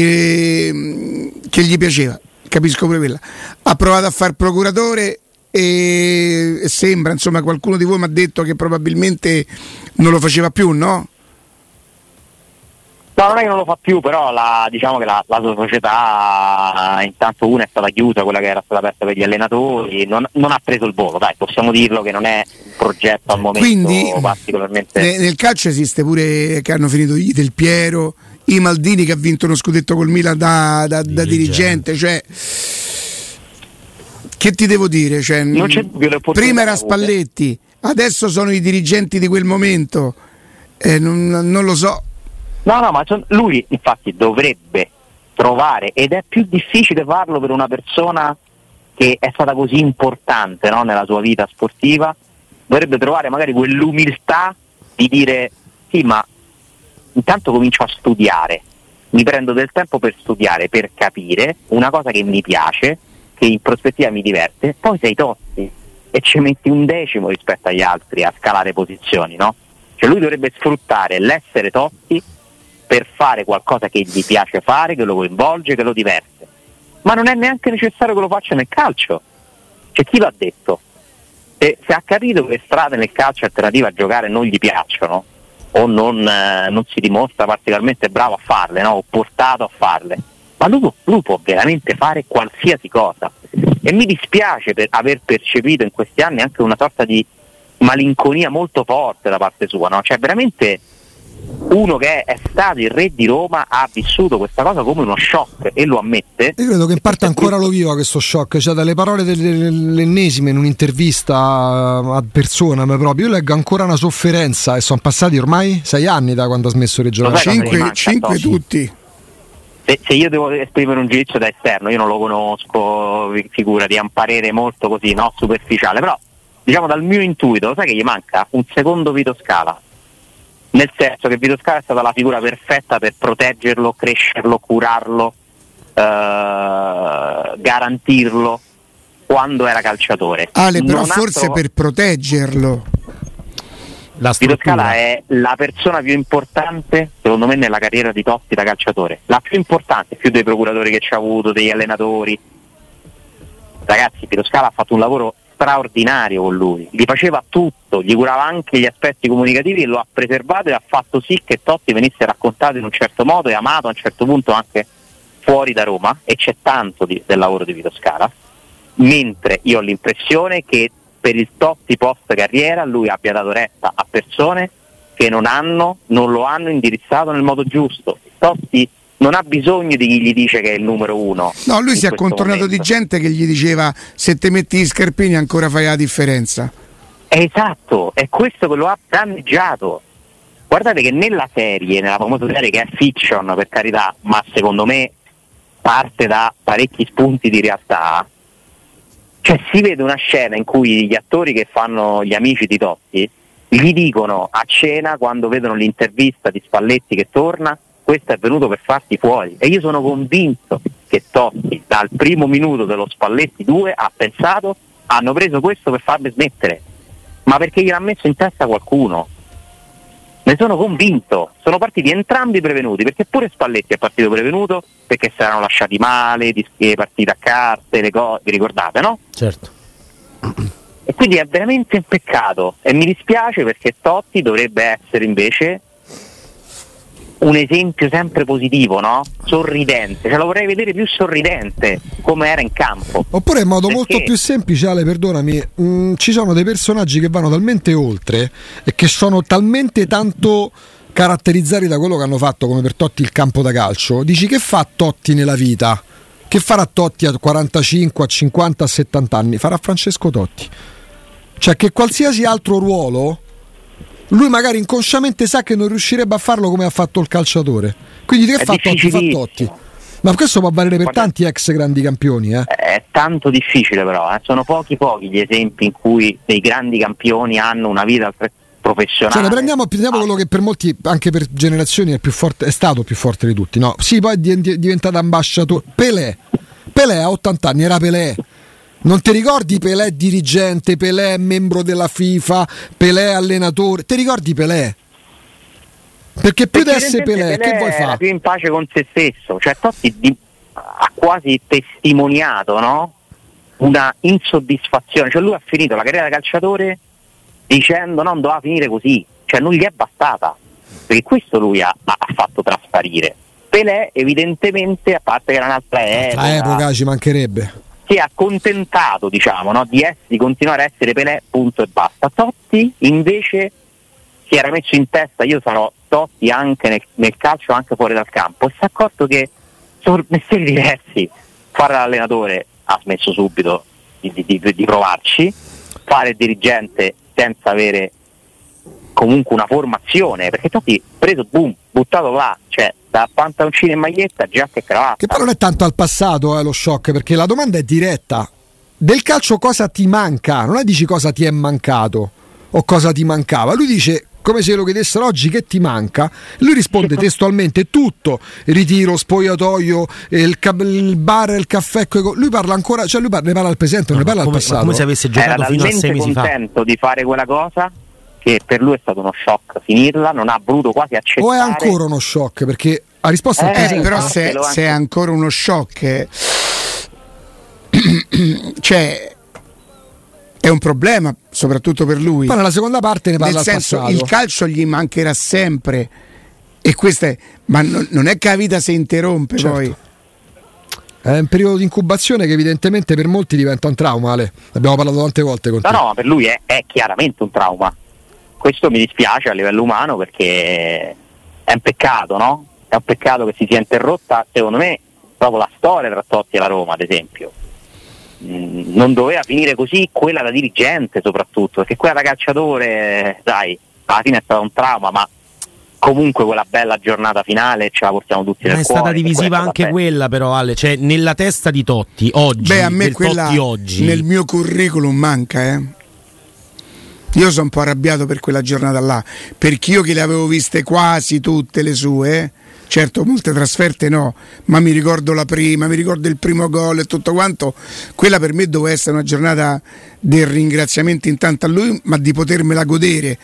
che, che gli piaceva, capisco pure quella. Ha provato a fare procuratore e, e sembra, insomma, qualcuno di voi mi ha detto che probabilmente non lo faceva più, no? No, non è che non lo fa più, però la, diciamo che la, la sua società, intanto una è stata chiusa, quella che era stata aperta per gli allenatori, non, non ha preso il volo, dai, possiamo dirlo che non è un progetto al momento. Quindi particolarmente. ne- nel calcio esiste pure che hanno finito i Del Piero, i Maldini che ha vinto uno scudetto col Milan da, da, da dirigente, cioè che ti devo dire? Cioè, Non c'è dubbio, le opportunità prima era avute. Spalletti, adesso sono i dirigenti di quel momento, eh, non, non lo so. No, no, ma son- lui infatti dovrebbe trovare, ed è più difficile farlo per una persona che è stata così importante, no, nella sua vita sportiva, dovrebbe trovare magari quell'umiltà di dire: sì, ma intanto comincio a studiare, mi prendo del tempo per studiare, per capire una cosa che mi piace, che che in prospettiva mi diverte, poi sei Totti e ci metti un decimo rispetto agli altri a scalare posizioni, no? Cioè lui dovrebbe sfruttare l'essere Totti per fare qualcosa che gli piace fare, che lo coinvolge, che lo diverte, ma non è neanche necessario che lo faccia nel calcio. Cioè, chi l'ha detto? Se, se ha capito che le strade nel calcio alternative a giocare non gli piacciono o non, eh, non si dimostra particolarmente bravo a farle, no? O portato a farle, ma lui, lui può veramente fare qualsiasi cosa, e mi dispiace per aver percepito in questi anni anche una sorta di malinconia molto forte da parte sua, no? Cioè veramente uno che è stato il re di Roma ha vissuto questa cosa come uno shock e lo ammette. Io credo che in parte ancora lo viva questo shock, cioè dalle parole dell'ennesima in un'intervista a persona, ma proprio io leggo ancora una sofferenza, e sono passati ormai sei anni da quando ha smesso di giocare. Cinque, cinque tutti. Se, se io devo esprimere un giudizio da esterno, io non lo conosco, figurati, è un parere molto così, no, superficiale, però diciamo dal mio intuito, sai che gli manca? Un secondo Vito Scala, nel senso che Vito Scala è stata la figura perfetta per proteggerlo, crescerlo, curarlo, eh, garantirlo quando era calciatore. Ale, però non forse trovo... per proteggerlo. La Vito Scala è la persona più importante, secondo me, nella carriera di Totti da calciatore, la più importante, più dei procuratori che ci ha avuto, degli allenatori. Ragazzi, Vito Scala ha fatto un lavoro straordinario con lui, gli faceva tutto, gli curava anche gli aspetti comunicativi e lo ha preservato e ha fatto sì che Totti venisse raccontato in un certo modo e amato a un certo punto anche fuori da Roma, e c'è tanto di, del lavoro di Vito Scala, mentre io ho l'impressione che per il Totti post carriera lui abbia dato retta a persone che non hanno, non lo hanno indirizzato nel modo giusto. Totti non ha bisogno di chi gli dice che è il numero uno. No, lui si è contornato momento. di gente che gli diceva: se te metti gli scarpini ancora fai la differenza. Esatto, è questo che lo ha danneggiato. Guardate che nella serie, nella famosa serie che è fiction per carità, ma secondo me parte da parecchi spunti di realtà, cioè si vede una scena in cui gli attori che fanno gli amici di Totti gli dicono a cena, quando vedono l'intervista di Spalletti che torna: questo è venuto per farti fuori. E io sono convinto che Totti dal primo minuto dello Spalletti due ha pensato: hanno preso questo per farmi smettere, ma perché gliel'ha messo in testa qualcuno. Ne sono convinto, sono partiti entrambi prevenuti, perché pure Spalletti è partito prevenuto perché si erano lasciati male, le partite a carte, le cose, vi ricordate, no? Certo. E quindi è veramente un peccato, e mi dispiace perché Totti dovrebbe essere invece un esempio sempre positivo, no? Sorridente, cioè lo vorrei vedere più sorridente come era in campo. Oppure in modo perché... molto più semplice, Ale, perdonami, mh, ci sono dei personaggi che vanno talmente oltre e che sono talmente tanto caratterizzati da quello che hanno fatto, come per Totti il campo da calcio. Dici: che fa Totti nella vita? Che farà Totti a quarantacinque, a cinquanta, a settanta anni? Farà Francesco Totti. Cioè che qualsiasi altro ruolo lui magari inconsciamente sa che non riuscirebbe a farlo come ha fatto il calciatore. Quindi che fa Totti? Fa Totti. Ma questo può valere per tanti ex grandi campioni, eh? È tanto difficile, però, eh. Sono pochi pochi gli esempi in cui dei grandi campioni hanno una vita professionale. Cioè, ne prendiamo, prendiamo quello che per molti, anche per generazioni, è più forte, è stato più forte di tutti, no? Sì, poi è diventato ambasciatore. Pelé. Pelé a ottanta anni era Pelé. Non ti ricordi Pelé dirigente, Pelé membro della FIFA, Pelé allenatore? Ti ricordi Pelé? Perché più di essere Pelé, Pelé che vuoi fare? Più in pace con se stesso, cioè Totti di, ha quasi testimoniato, no? Una insoddisfazione, cioè lui ha finito la carriera da calciatore dicendo: non doveva finire così, cioè non gli è bastata, perché questo lui ha, ha fatto trasparire. Pelé evidentemente, a parte che era un'altra epoca, La epoca ci mancherebbe, si è accontentato, diciamo, no, di, essere, di continuare a essere Pelé, punto e basta. Totti invece si era messo in testa: io sarò Totti anche nel, nel calcio, anche fuori dal campo, e si è accorto che sono mestieri diversi. Fare l'allenatore ha smesso subito di, di, di, di provarci, fare il dirigente senza avere comunque una formazione, perché Totti preso, boom, buttato là, cioè da pantaloncini e maglietta, giacca e cravatta. che poi non è tanto al passato, eh, lo shock, perché la domanda è diretta: del calcio cosa ti manca? Non è dici cosa ti è mancato o cosa ti mancava, lui dice come se lo chiedessero oggi che ti manca. Lui risponde testualmente tutto: ritiro, spogliatoio, il, ca- il bar, il caffè. Lui parla ancora, cioè lui parla, ne parla al presente, non no, ne parla come, al passato. Come se avesse giocato Era fino a sei mesi fa. Era talmente contento di fare quella cosa che per lui è stato uno shock finirla, non ha voluto quasi accettare. O è ancora uno shock, perché ha risposto Eh, al presente. Però se, se è ancora uno shock, eh, cioè è un problema soprattutto per lui. Poi nella seconda parte ne parla Nel al senso, passato. il calcio gli mancherà sempre, e questa è, ma non, non è che la vita si interrompe, Certo. poi È un periodo di incubazione che evidentemente per molti diventa un trauma, Ale. Abbiamo parlato tante volte con te. No, no, ma per lui è, è chiaramente un trauma. Questo mi dispiace a livello umano, perché è un peccato, no? È un peccato che si sia interrotta, secondo me, proprio la storia tra Totti e la Roma, ad esempio. Mm, non doveva finire così, quella da dirigente soprattutto, perché quella da calciatore, dai, alla fine è stato un trauma, ma comunque quella bella giornata finale ce la portiamo tutti Ma nel è cuore. stata divisiva è anche bella. quella, però, Ale, cioè nella testa di Totti oggi, beh, a me del quella Totti oggi, nel mio curriculum manca, eh. Io sono un po' arrabbiato per quella giornata là, perché io che le avevo viste quasi tutte le sue, eh. Certo, molte trasferte no, ma mi ricordo la prima, mi ricordo il primo gol e tutto quanto. Quella per me doveva essere una giornata del ringraziamento intanto a lui, ma di potermela godere.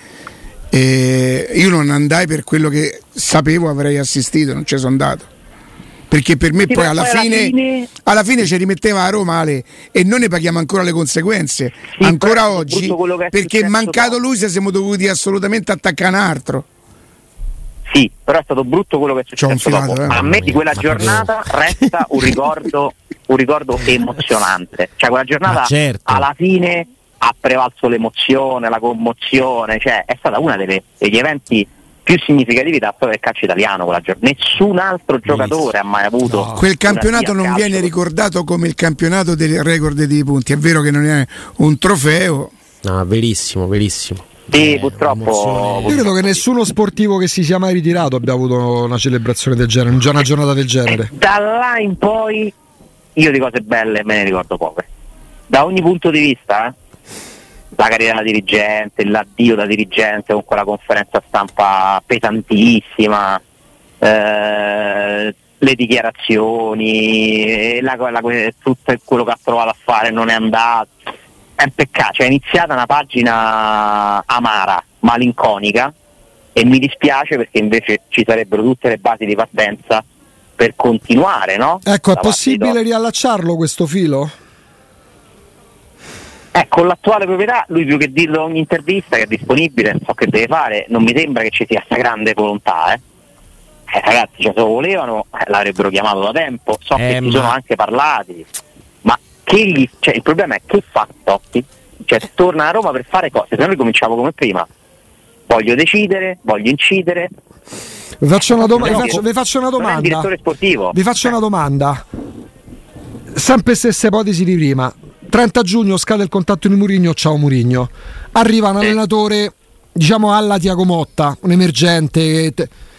E io non andai per quello che sapevo avrei assistito, non ci sono andato, perché per me Sì, poi ma alla poi fine, alla fine alla fine ci rimetteva a Roma, Ale, e noi ne paghiamo ancora le conseguenze, Sì, ancora però è oggi, brutto quello che è perché successo mancato dopo. lui se siamo dovuti assolutamente attaccare un altro. Sì, però è stato brutto quello che è C'ho un successo filato, dopo. eh. A me di quella Ma giornata resta un ricordo, un ricordo emozionante. Cioè quella giornata Ma certo. alla fine ha prevalso l'emozione, la commozione, cioè è stata una delle, degli eventi più significativi della storia del calcio italiano quella giornata. Nessun altro giocatore ha mai avuto No. Quel una campionato via non calcio. viene ricordato come il campionato del record dei punti, è vero che non è un trofeo. no, verissimo, verissimo. Sì, Eh, purtroppo. Io credo che nessuno sportivo che si sia mai ritirato abbia avuto una celebrazione del genere, già una giornata del genere. Da là in poi io di cose belle me ne ricordo poche. Da ogni punto di vista, eh? La carriera da dirigente, l'addio da dirigente con quella conferenza stampa pesantissima, eh, le dichiarazioni, la, la, tutto quello che ha provato a fare non è andato. È un peccato, cioè è iniziata una pagina amara, malinconica, e mi dispiace perché invece ci sarebbero tutte le basi di partenza per continuare, no? Ecco, è Da parte di possibile Totti. riallacciarlo questo filo? Eh, con l'attuale proprietà, lui più che dirlo in ogni intervista che è disponibile, so che deve fare, non mi sembra che ci sia questa grande volontà, eh. Eh, ragazzi, cioè, se lo volevano, eh, l'avrebbero chiamato da tempo, so Eh, che ci ma- sono anche parlati, ma che gli, cioè, il problema è che fa Totti? Cioè, torna a Roma per fare cose, se no ricominciamo come prima. Voglio decidere, voglio incidere. Vi faccio una, doma- No, vi faccio, vi faccio una non è il domanda. direttore sportivo. Vi faccio una domanda. Sempre stessa ipotesi di prima. trenta giugno scade il contatto di Mourinho, ciao Mourinho. Arriva un allenatore, diciamo alla Tiago Motta, un emergente.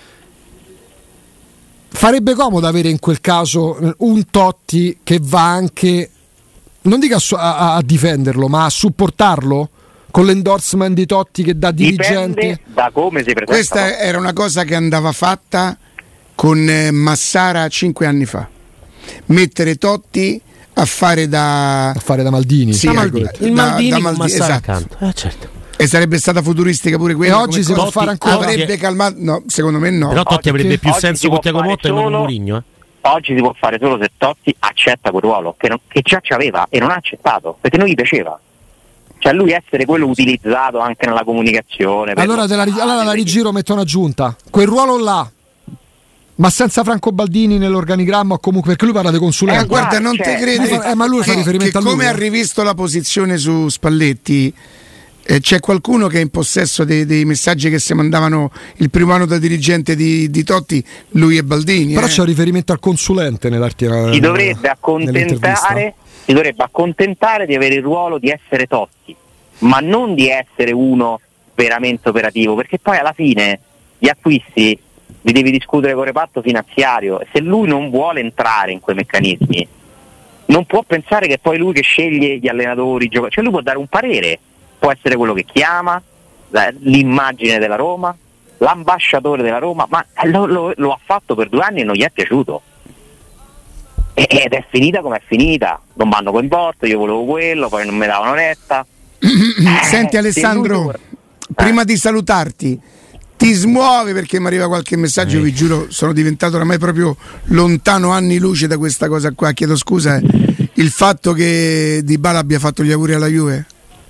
Farebbe comodo avere in quel caso un Totti che va anche, non dico a, a, a difenderlo, ma a supportarlo con l'endorsement di Totti che da dirigente. Dipende da come si presenta. Questa era una cosa che andava fatta con eh, Massara cinque anni fa. Mettere Totti a fare da A fare da Maldini. Sì, Da ecco, Maldini. da- Il Maldini da con Maldini, Massara esatto. accanto. Eh, certo. E sarebbe stata futuristica pure quella. E oggi come si può cosa. fare ancora. Avrebbe calmato. No, secondo me no. Però Totti Oggi avrebbe che- più oggi senso si con può Tiago fare Motta e non con solo- Mourinho, eh. Oggi si può fare solo se Totti accetta quel ruolo che, non- che già c'aveva e non ha accettato perché non gli piaceva. Cioè lui essere quello utilizzato anche nella comunicazione. per Allora, te la, ri- lo- allora la rigiro, metto un'aggiunta. Quel ruolo là, ma senza Franco Baldini nell'organigramma, o comunque perché lui parla di Eh, consulente. guarda, non cioè, te credi eh, ma lui fa che- riferimento che a lui, come eh. ha rivisto la posizione su Spalletti, eh, c'è qualcuno che è in possesso dei, dei messaggi che si mandavano il primo anno da dirigente di, di Totti, lui e Baldini. Però eh. c'è un riferimento al consulente nell'articolo. si dovrebbe accontentare si dovrebbe accontentare di avere il ruolo di essere Totti, ma non di essere uno veramente operativo, perché poi alla fine gli acquisti li devi discutere con il reparto finanziario e se lui non vuole entrare in quei meccanismi non può pensare che poi lui che sceglie gli allenatori, i giocatori, cioè lui può dare un parere, può essere quello che chiama, l'immagine della Roma, l'ambasciatore della Roma, ma lo, lo, lo ha fatto per due anni e non gli è piaciuto. E, ed è finita come è finita, non mi hanno coinvolto, io volevo quello, poi non mi davano retta. Senti Alessandro, prima di salutarti, ti smuove perché mi arriva qualche messaggio, eh. vi giuro sono diventato oramai proprio lontano anni luce da questa cosa qua, chiedo scusa, eh. il fatto che Dybala abbia fatto gli auguri alla Juve?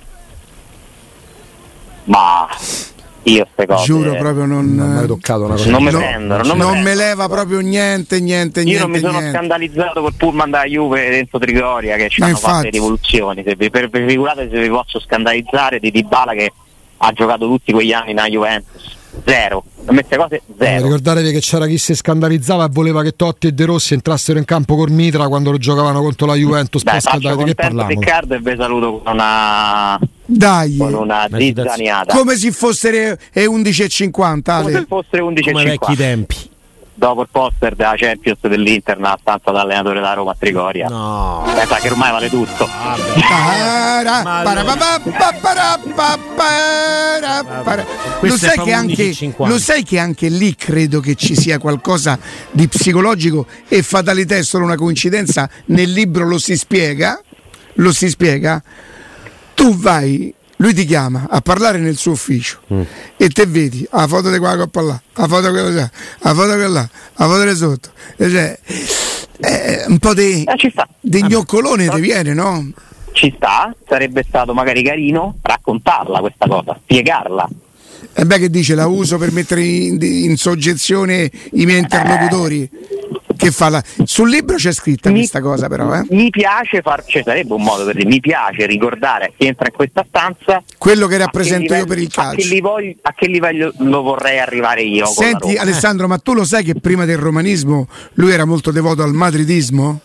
Ma io ste cose giuro proprio non, non ho mai toccato una cosa, non mi no, prendono, non, non mi me leva proprio niente niente io niente, non mi sono niente. scandalizzato col pullman da Juve dentro Trigoria che ci Ma hanno infatti. fatto le rivoluzioni, se vi, per, figurate se vi posso scandalizzare di Dybala che ha giocato tutti quegli anni nella Juventus. Zero, a me queste cose zero. Eh, ricordatevi che c'era chi si scandalizzava e voleva che Totti e De Rossi entrassero in campo col Mitra quando lo giocavano contro la Juventus. Dai, faccio di che contento parliamo? Riccardo e vi saluto con una Dai, con una zizzaniata come se fosse le undici e cinquanta, come se fosse undici e come cinquanta vecchi tempi. Dopo il poster della Champions dell'Inter nella stanza da allenatore della Roma a Trigoria. No, pensa che ormai vale tutto. Lo sai che anche lo sai che anche lì credo che ci sia qualcosa di psicologico e fatalità è solo una coincidenza. Nel libro lo si spiega, lo si spiega. Tu vai, lui ti chiama a parlare nel suo ufficio mm. e te vedi la foto di quella coppa là, la foto di quella là, la foto di quella là, la foto di sotto, e cioè, eh, un po' di eh, gnoccolone ti viene, no? Ci sta, sarebbe stato magari carino raccontarla questa cosa, spiegarla. E beh, che dice, la uso per mettere in, in soggezione i miei interlocutori. Che fa la... Sul libro c'è scritta mi, questa cosa però, eh? Mi piace far, ci sarebbe un modo per dire, mi piace ricordare chi entra in questa stanza quello che rappresento io per il calcio. A che, livello, a che livello lo vorrei arrivare io? Senti Alessandro, ma tu lo sai che prima del romanismo lui era molto devoto al madridismo?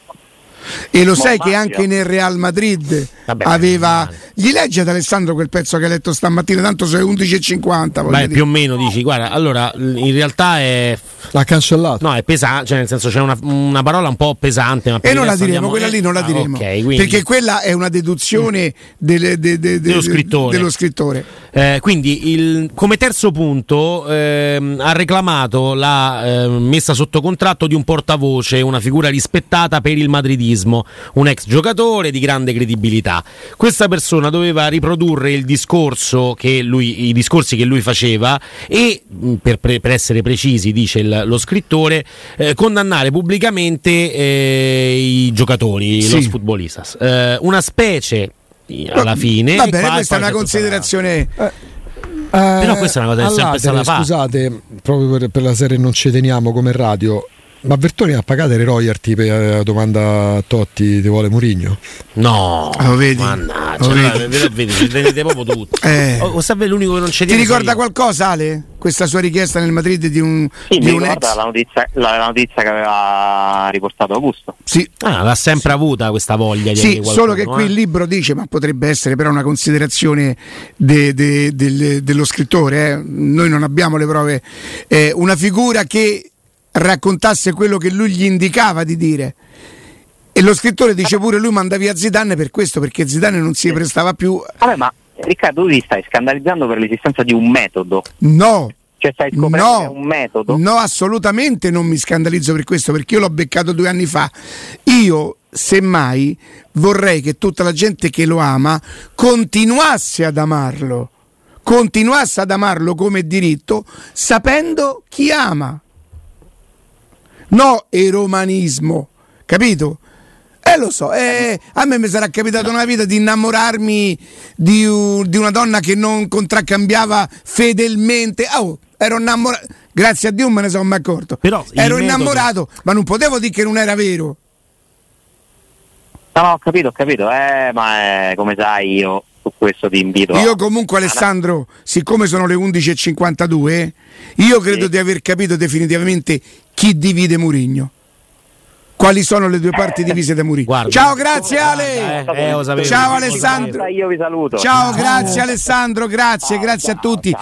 E lo sai che anche nel Real Madrid Vabbè, aveva gli legge ad Alessandro quel pezzo che hai letto stamattina, tanto sono undici e cinquanta. Beh, più o meno dici, guarda, allora in realtà è l'ha cancellato. No, è pesante, cioè nel senso c'è una, una parola un po' pesante, ma e non la diremo, andiamo... quella lì non la ah, diremo. Okay, quindi... perché quella è una deduzione mm. del, de, de, de, dello scrittore. Dello scrittore. Eh, quindi il, come terzo punto ehm, ha reclamato la eh, messa sotto contratto di un portavoce, una figura rispettata per il madridismo, un ex giocatore di grande credibilità. Questa persona doveva riprodurre il discorso che lui, i discorsi che lui faceva e, per, per essere precisi, dice il, lo scrittore, eh, condannare pubblicamente eh, i giocatori, sì. los futbolistas, eh, una specie alla fine. Va bene, questa è una considerazione. Eh, eh, però questa è una cosa che è sempre stata fatta. Scusate, proprio per, per la serie non ci teniamo come radio. Ma Bertoni ha pagato le royalty per la domanda a Totti ti vuole Mourinho? No, oh, vedi? Mannaggia, oh, vedi? Vedi, vedi, ci tenete proprio tutto. Eh. O, o sa l'unico che non ci ti ricorda qualcosa, Ale? Questa sua richiesta nel Madrid di un, sì, di mi un ricorda ex? La notizia, la, la notizia che aveva riportato Augusto. Sì. Ah, l'ha sempre sì. avuta questa voglia di sì, qualcuno, solo che qui eh? il libro dice, ma potrebbe essere però una considerazione de, de, de, dello scrittore, eh? Noi non abbiamo le prove, eh, una figura che raccontasse quello che lui gli indicava di dire, e lo scrittore dice pure lui manda via Zidane per questo, perché Zidane non si prestava più. Vabbè, ma Riccardo, tu ti stai scandalizzando per l'esistenza di un metodo? No, cioè stai scoprendo no, che è un metodo? No, assolutamente non mi scandalizzo per questo, perché io l'ho beccato due anni fa. Io semmai vorrei che tutta la gente che lo ama continuasse ad amarlo, continuasse ad amarlo come diritto, sapendo chi ama. No, eromanismo, capito? Eh lo so, eh, a me mi sarà capitato nella vita di innamorarmi di, un, di una donna che non contraccambiava fedelmente. Oh, ero innamorato, grazie a Dio me ne sono mai accorto. Però ero metodo... innamorato, ma non potevo dire che non era vero. No, no, ho capito, ho capito, eh, ma eh, come sai io su questo ti invito. Io comunque Alessandro, siccome sono le undici e cinquantadue, io credo sì. di aver capito definitivamente chi divide Mourinho. Quali sono le due parti divise da Mourinho? Guarda, ciao, grazie Ale. Eh, eh, ciao Alessandro. Io vi saluto. Ciao, grazie Alessandro, grazie, grazie a tutti.